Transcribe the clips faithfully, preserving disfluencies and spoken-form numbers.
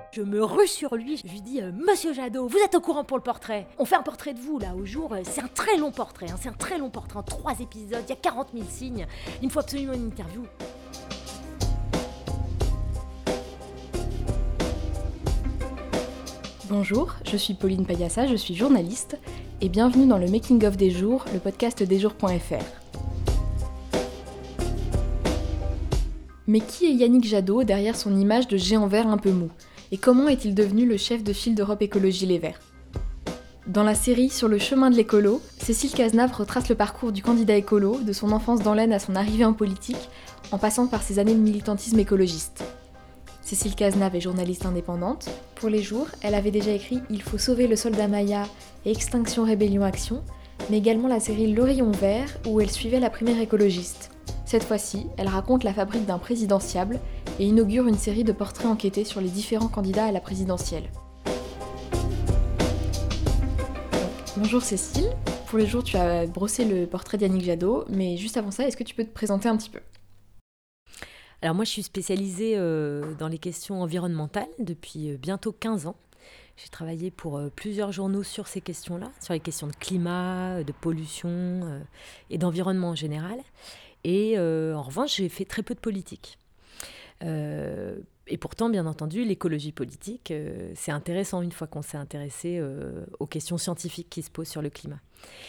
Je me rue sur lui, je lui dis euh, « Monsieur Jadot, vous êtes au courant pour le portrait ? On fait un portrait de vous, là, au jour. C'est un très long portrait, hein, c'est un très long portrait, en trois épisodes, il y a quarante mille signes. Il me faut absolument une interview. » Bonjour, je suis Pauline Payassa, je suis journaliste et bienvenue dans le Making of des jours, le podcast des jours point f r. Mais qui est Yannick Jadot derrière son image de géant vert un peu mou ? Et comment est-il devenu le chef de file d'Europe Écologie Les Verts ? Dans la série Sur le chemin de l'écolo, Cécile Cazenave retrace le parcours du candidat écolo, de son enfance dans l'Aisne à son arrivée en politique, en passant par ses années de militantisme écologiste. Cécile Cazenave est journaliste indépendante. Pour Les Jours, elle avait déjà écrit « Il faut sauver le soldat Maya » et « Extinction Rébellion Action », mais également la série L'Orillon Vert, où elle suivait la primaire écologiste. Cette fois-ci, elle raconte la fabrique d'un présidentiable et inaugure une série de portraits enquêtés sur les différents candidats à la présidentielle. Donc, bonjour Cécile, pour Les Jours tu as brossé le portrait d'Yannick Jadot, mais juste avant ça, est-ce que tu peux te présenter un petit peu ? Alors moi, je suis spécialisée euh, dans les questions environnementales depuis euh, bientôt quinze ans. J'ai travaillé pour euh, plusieurs journaux sur ces questions-là, sur les questions de climat, de pollution euh, et d'environnement en général. Et euh, en revanche, j'ai fait très peu de politique. Euh, et pourtant, bien entendu, l'écologie politique, euh, c'est intéressant une fois qu'on s'est intéressé euh, aux questions scientifiques qui se posent sur le climat.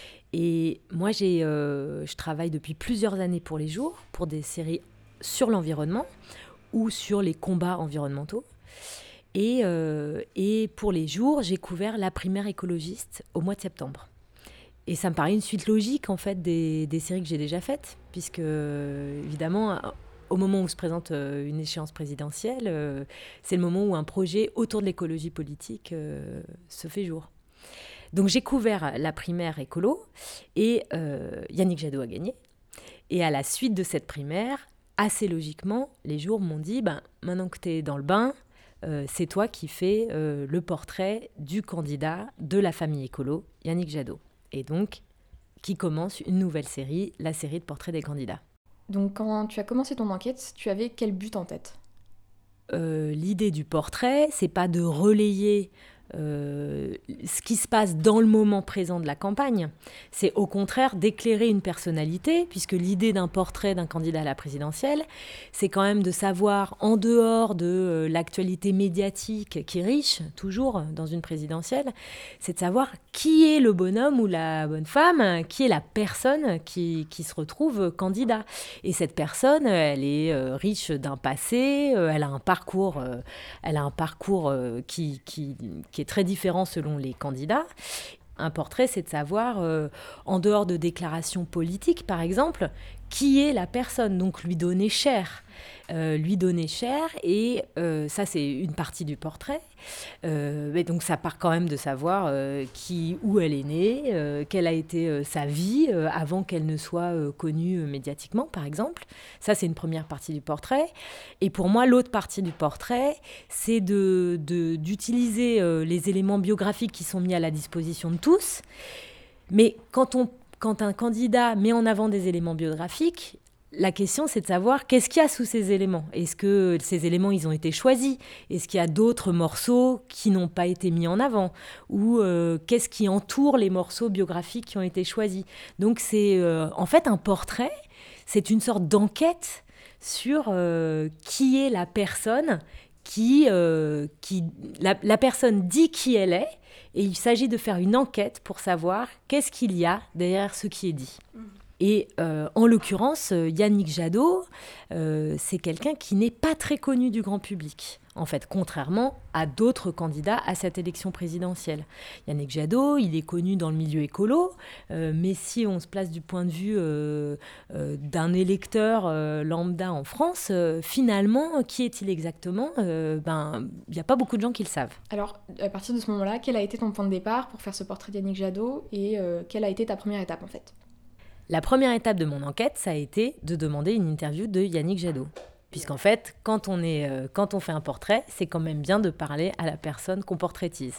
Et moi, j'ai, euh, je travaille depuis plusieurs années pour Les Jours, pour des séries sur l'environnement ou sur les combats environnementaux. Et, euh, et pour Les Jours, j'ai couvert la primaire écologiste au mois de septembre. Et ça me paraît une suite logique, en fait, des, des séries que j'ai déjà faites, puisque, évidemment, au moment où se présente une échéance présidentielle, euh, c'est le moment où un projet autour de l'écologie politique euh, se fait jour. Donc j'ai couvert la primaire écolo, et euh, Yannick Jadot a gagné. Et à la suite de cette primaire, assez logiquement, Les Jours m'ont dit ben, « Maintenant que tu es dans le bain, euh, c'est toi qui fais euh, le portrait du candidat de la famille écolo, Yannick Jadot. » Et donc, qui commence une nouvelle série, la série de portraits des candidats. Donc quand tu as commencé ton enquête, tu avais quel but en tête ? euh, L'idée du portrait, c'est pas de relayer euh, ce qui se passe dans le moment présent de la campagne. C'est au contraire d'éclairer une personnalité, puisque l'idée d'un portrait d'un candidat à la présidentielle, c'est quand même de savoir, en dehors de euh, l'actualité médiatique qui est riche, toujours dans une présidentielle, c'est de savoir qui est le bonhomme ou la bonne femme, qui est la personne qui, qui se retrouve candidat. Et cette personne, elle est euh, riche d'un passé, euh, elle a un parcours, euh, elle a un parcours euh, qui, qui, qui est très différent selon les candidats. Un portrait, c'est de savoir, euh, en dehors de déclarations politiques, par exemple, qui est la personne, donc lui donner cher. Euh, lui donner cher, et euh, ça, c'est une partie du portrait. Euh, mais donc, ça part quand même de savoir euh, qui, où elle est née, euh, quelle a été euh, sa vie euh, avant qu'elle ne soit euh, connue euh, médiatiquement, par exemple. Ça, c'est une première partie du portrait. Et pour moi, l'autre partie du portrait, c'est de, de, d'utiliser euh, les éléments biographiques qui sont mis à la disposition de tous. Mais quand, on, quand un candidat met en avant des éléments biographiques, la question, c'est de savoir qu'est-ce qu'il y a sous ces éléments. Est-ce que ces éléments, ils ont été choisis ? Est-ce qu'il y a d'autres morceaux qui n'ont pas été mis en avant ? Ou euh, qu'est-ce qui entoure les morceaux biographiques qui ont été choisis ? Donc, c'est euh, en fait un portrait, c'est une sorte d'enquête sur euh, qui est la personne qui... Euh, qui la, la personne dit qui elle est, et il s'agit de faire une enquête pour savoir qu'est-ce qu'il y a derrière ce qui est dit. Et euh, en l'occurrence, Yannick Jadot, euh, c'est quelqu'un qui n'est pas très connu du grand public, en fait, contrairement à d'autres candidats à cette élection présidentielle. Yannick Jadot, il est connu dans le milieu écolo, euh, mais si on se place du point de vue euh, euh, d'un électeur euh, lambda en France, euh, finalement, qui est-il exactement ? euh, Ben, il n'y a pas beaucoup de gens qui le savent. Alors, à partir de ce moment-là, quel a été ton point de départ pour faire ce portrait d'Yannick Jadot et euh, quelle a été ta première étape, en fait ? La première étape de mon enquête, ça a été de demander une interview de Yannick Jadot. Puisqu'en fait, quand on, est, euh, quand on fait un portrait, c'est quand même bien de parler à la personne qu'on portraitise.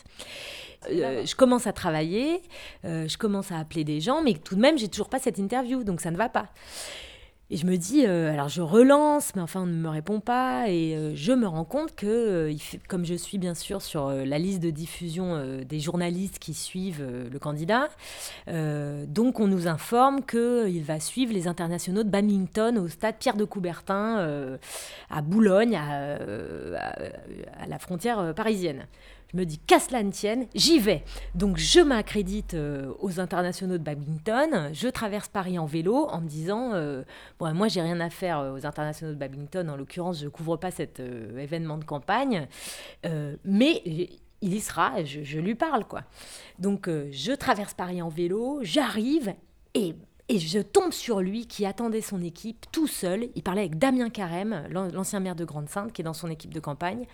Euh, je commence à travailler, euh, je commence à appeler des gens, mais tout de même, j'ai toujours pas cette interview, donc ça ne va pas. Et je me dis, euh, alors je relance, mais enfin on ne me répond pas, et euh, je me rends compte que, euh, il fait, comme je suis bien sûr sur euh, la liste de diffusion euh, des journalistes qui suivent euh, le candidat, euh, donc on nous informe qu'il va suivre les internationaux de badminton au stade Pierre de Coubertin euh, à Boulogne, à, euh, à, à la frontière euh, parisienne. Je me dis, qu'à cela ne tienne, j'y vais. Donc je m'accrédite euh, aux internationaux de badminton, je traverse Paris en vélo en me disant, euh, bon, moi j'ai rien à faire euh, aux internationaux de badminton, en l'occurrence je ne couvre pas cet euh, événement de campagne, euh, mais il y sera, je, je lui parle quoi. Donc euh, je traverse Paris en vélo, j'arrive et... Et je tombe sur lui qui attendait son équipe tout seul. Il parlait avec Damien Carême, l'ancien maire de Grande-Synthe, qui est dans son équipe de campagne.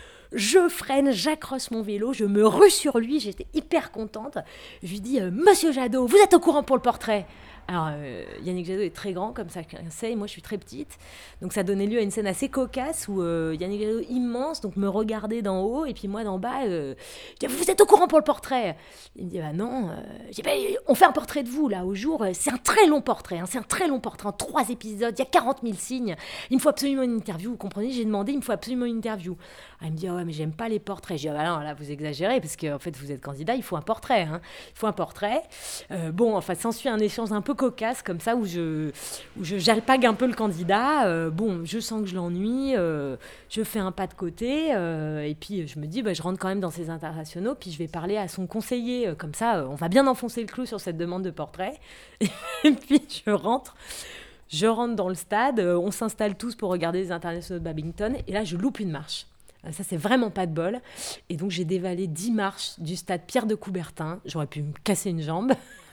Je freine, j'accroche mon vélo, je me rue sur lui, j'étais hyper contente. Je lui dis euh, « Monsieur Jadot, vous êtes au courant pour le portrait ?» Alors, euh, Yannick Jadot est très grand, comme ça on sait, et moi je suis très petite. Donc ça donnait lieu à une scène assez cocasse où euh, Yannick Jadot immense, donc me regardait d'en haut, et puis moi d'en bas, euh, je dis « Vous êtes au courant pour le portrait ?» Il me dit « Bah non, euh, je dis, bah, on fait un portrait de vous là, au jour, c'est un très long portrait, hein, c'est un très long portrait, en trois épisodes, il y a quarante mille signes, il me faut absolument une interview, vous comprenez, j'ai demandé, il me faut absolument une interview. » Alors, il me dit « Ouais, mais j'aime pas les portraits. » Je dis « Ah bah non, là vous exagérez, parce qu'en fait vous êtes candidat, il faut un portrait, hein. Il faut un portrait. Euh, » Bon, enfin, s'ensuit un échange un peu cocasse comme ça où je, où je jalpague un peu le candidat. Euh, bon, je sens que je l'ennuie, euh, je fais un pas de côté, euh, et puis je me dis, bah, je rentre quand même dans ces internationaux, puis je vais parler à son conseiller. Euh, comme ça, euh, on va bien enfoncer le clou sur cette demande de portrait. Et puis je rentre. Je rentre dans le stade, euh, on s'installe tous pour regarder les internationaux de badminton, et là je loupe une marche. Ça, c'est vraiment pas de bol. Et donc, j'ai dévalé dix marches du stade Pierre de Coubertin. J'aurais pu me casser une jambe.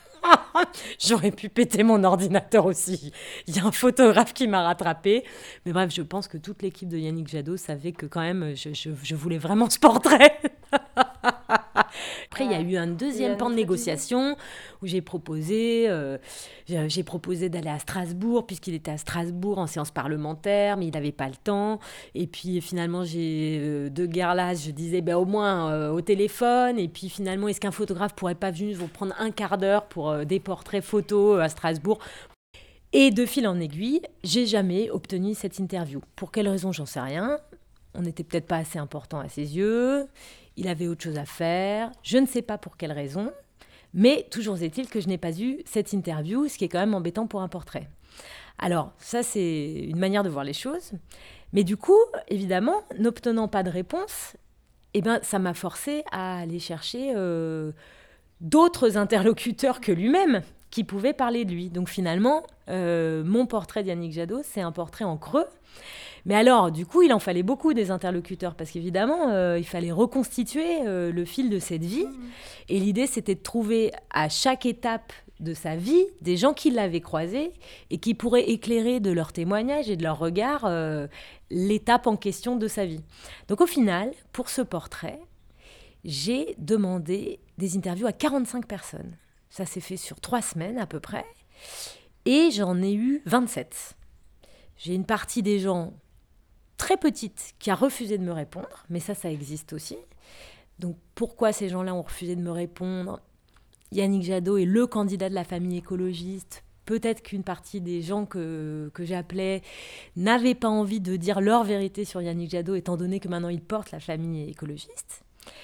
J'aurais pu péter mon ordinateur aussi. Il y a un photographe qui m'a rattrapé. Mais bref, je pense que toute l'équipe de Yannick Jadot savait que quand même, je, je, je voulais vraiment ce portrait. Après, il y a eu un deuxième pan de négociation où j'ai proposé, euh, j'ai proposé d'aller à Strasbourg, puisqu'il était à Strasbourg en séance parlementaire, mais il n'avait pas le temps. Et puis finalement, j'ai euh, de guerre là, je disais ben, au moins euh, au téléphone. Et puis finalement, est-ce qu'un photographe pourrait pas venir vous prendre un quart d'heure pour euh, des portraits photos à Strasbourg ? Et de fil en aiguille, j'ai jamais obtenu cette interview. Pour quelle raison, j'en sais rien. On n'était peut-être pas assez important à ses yeux. Il avait autre chose à faire. Je ne sais pas pour quelle raison. Mais toujours est-il que je n'ai pas eu cette interview, ce qui est quand même embêtant pour un portrait. Alors, ça, c'est une manière de voir les choses. Mais du coup, évidemment, n'obtenant pas de réponse, eh ben, ça m'a forcé à aller chercher euh, d'autres interlocuteurs que lui-même qui pouvaient parler de lui. Donc finalement, euh, mon portrait d'Yannick Jadot, c'est un portrait en creux. Mais alors, du coup, il en fallait beaucoup des interlocuteurs parce qu'évidemment, euh, il fallait reconstituer euh, le fil de cette vie. Mmh. Et l'idée, c'était de trouver à chaque étape de sa vie des gens qui l'avaient croisé et qui pourraient éclairer de leur témoignage et de leur regard euh, l'étape en question de sa vie. Donc au final, pour ce portrait, j'ai demandé des interviews à quarante-cinq personnes. Ça s'est fait sur trois semaines à peu près. Et j'en ai eu vingt-sept. J'ai une partie des gens très petite qui a refusé de me répondre, mais ça, ça existe aussi. Donc pourquoi ces gens-là ont refusé de me répondre ? Yannick Jadot est le candidat de la famille écologiste. Peut-être qu'une partie des gens que, que j'appelais n'avaient pas envie de dire leur vérité sur Yannick Jadot, étant donné que maintenant il porte la famille écologiste.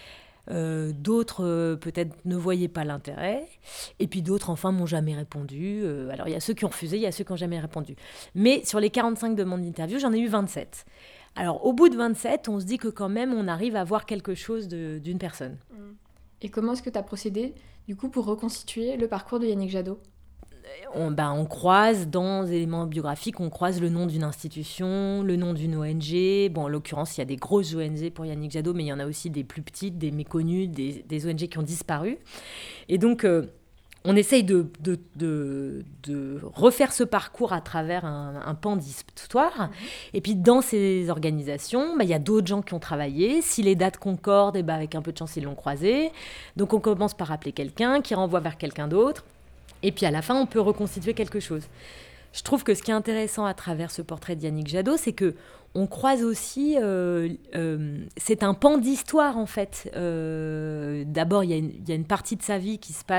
Euh, d'autres euh, peut-être ne voyaient pas l'intérêt, et puis d'autres enfin m'ont jamais répondu. Euh, alors il y a ceux qui ont refusé, il y a ceux qui n'ont jamais répondu. Mais sur les quarante-cinq demandes d'interview, j'en ai eu vingt-sept. Alors au bout de vingt-sept, on se dit que quand même on arrive à voir quelque chose de, d'une personne. Et comment est-ce que tu as procédé du coup pour reconstituer le parcours de Yannick Jadot ? On, ben, on croise dans les éléments biographiques, on croise le nom d'une institution, le nom d'une O N G. Bon, en l'occurrence, il y a des grosses O N G pour Yannick Jadot, mais il y en a aussi des plus petites, des méconnues, des, des O N G qui ont disparu. Et donc, euh, on essaye de, de, de, de refaire ce parcours à travers un, un pan d'histoire. Mmh. Et puis, dans ces organisations, ben, il y a d'autres gens qui ont travaillé. Si les dates concordent, eh ben, avec un peu de chance, ils l'ont croisé. Donc, on commence par appeler quelqu'un qui renvoie vers quelqu'un d'autre. Et puis à la fin, on peut reconstituer quelque chose. Je trouve que ce qui est intéressant à travers ce portrait de Yannick Jadot, c'est qu'on croise aussi... Euh, euh, c'est un pan d'histoire, en fait. Euh, d'abord, il y, y a une partie de sa vie qui se passe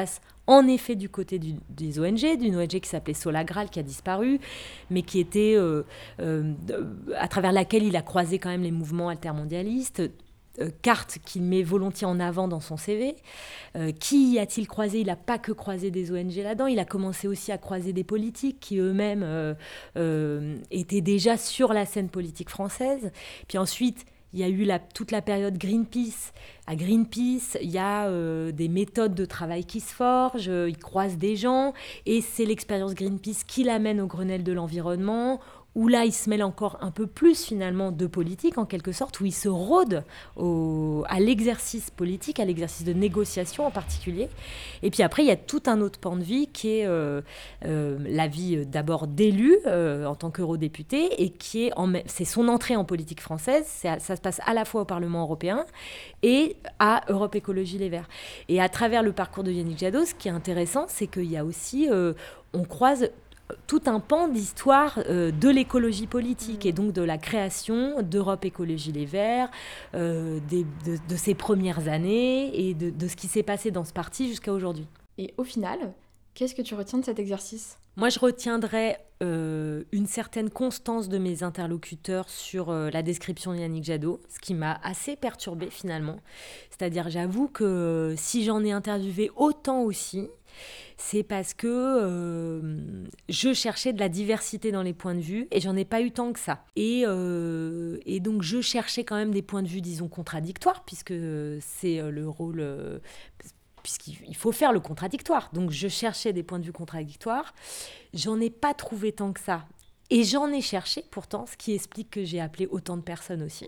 en effet du côté du, des O N G, d'une O N G qui s'appelait Solagral, qui a disparu, mais qui était, euh, euh, à travers laquelle il a croisé quand même les mouvements altermondialistes. Euh, carte qu'il met volontiers en avant dans son C V. Euh, qui a-t-il croisé ? Il n'a pas que croisé des O N G là-dedans, il a commencé aussi à croiser des politiques qui eux-mêmes euh, euh, étaient déjà sur la scène politique française. Puis ensuite, il y a eu la, toute la période Greenpeace. À Greenpeace, il y a euh, des méthodes de travail qui se forgent, euh, il croise des gens, et c'est l'expérience Greenpeace qui l'amène au Grenelle de l'environnement, où là, il se mêle encore un peu plus, finalement, de politique, en quelque sorte, où il se rôde au, à l'exercice politique, à l'exercice de négociation en particulier. Et puis après, il y a tout un autre pan de vie qui est euh, euh, la vie euh, d'abord d'élu euh, en tant qu'eurodéputé, et qui est, en, c'est son entrée en politique française. C'est, ça se passe à la fois au Parlement européen et à Europe Écologie Les Verts. Et à travers le parcours de Yannick Jadot, ce qui est intéressant, c'est qu'il y a aussi, euh, on croise tout un pan d'histoire euh, de l'écologie politique, mmh. et donc de la création d'Europe Écologie Les Verts, euh, des, de, de ses premières années et de, de ce qui s'est passé dans ce parti jusqu'à aujourd'hui. Et au final, qu'est-ce que tu retiens de cet exercice ? Moi, je retiendrai euh, une certaine constance de mes interlocuteurs sur euh, la description de Yannick Jadot, ce qui m'a assez perturbée finalement. C'est-à-dire, j'avoue que si j'en ai interviewé autant aussi, c'est parce que euh, je cherchais de la diversité dans les points de vue et j'en ai pas eu tant que ça. Et, euh, et donc, je cherchais quand même des points de vue, disons, contradictoires, puisque c'est le rôle... Euh, puisqu'il faut faire le contradictoire. Donc, je cherchais des points de vue contradictoires. J'en ai pas trouvé tant que ça. Et j'en ai cherché, pourtant, ce qui explique que j'ai appelé autant de personnes aussi.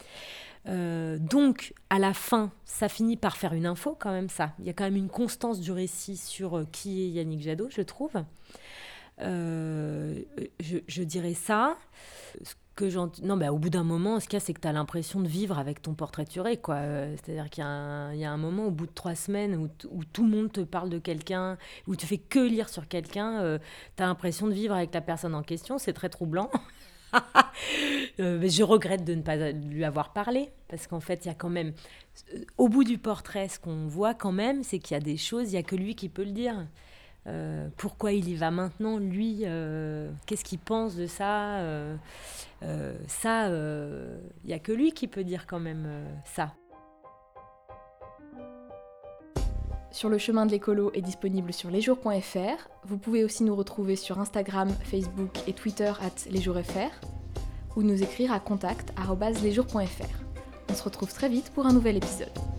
Euh, donc, à la fin, ça finit par faire une info, quand même, ça. Il y a quand même une constance du récit sur euh, qui est Yannick Jadot, je trouve. Euh, je, je dirais ça. Ce que j'en... Non, bah, au bout d'un moment, ce qu'il y a, c'est que tu as l'impression de vivre avec ton portraituré, quoi. Euh, c'est-à-dire qu'il y a, un, il y a un moment, au bout de trois semaines, où, t- où tout le monde te parle de quelqu'un, où tu fais que lire sur quelqu'un, euh, tu as l'impression de vivre avec la personne en question. C'est très troublant. euh, mais je regrette de ne pas lui avoir parlé, parce qu'en fait, il y a quand même... Au bout du portrait, ce qu'on voit quand même, c'est qu'il y a des choses, il n'y a que lui qui peut le dire. Euh, pourquoi il y va maintenant, lui, euh, qu'est-ce qu'il pense de ça, euh, euh, ça, il euh, n'y a que lui qui peut dire quand même euh, ça. Sur le chemin de l'écolo est disponible sur lesjours point f r. Vous pouvez aussi nous retrouver sur Instagram, Facebook et Twitter arobase lesjoursfr ou nous écrire à contact arobase lesjours point f r. On se retrouve très vite pour un nouvel épisode.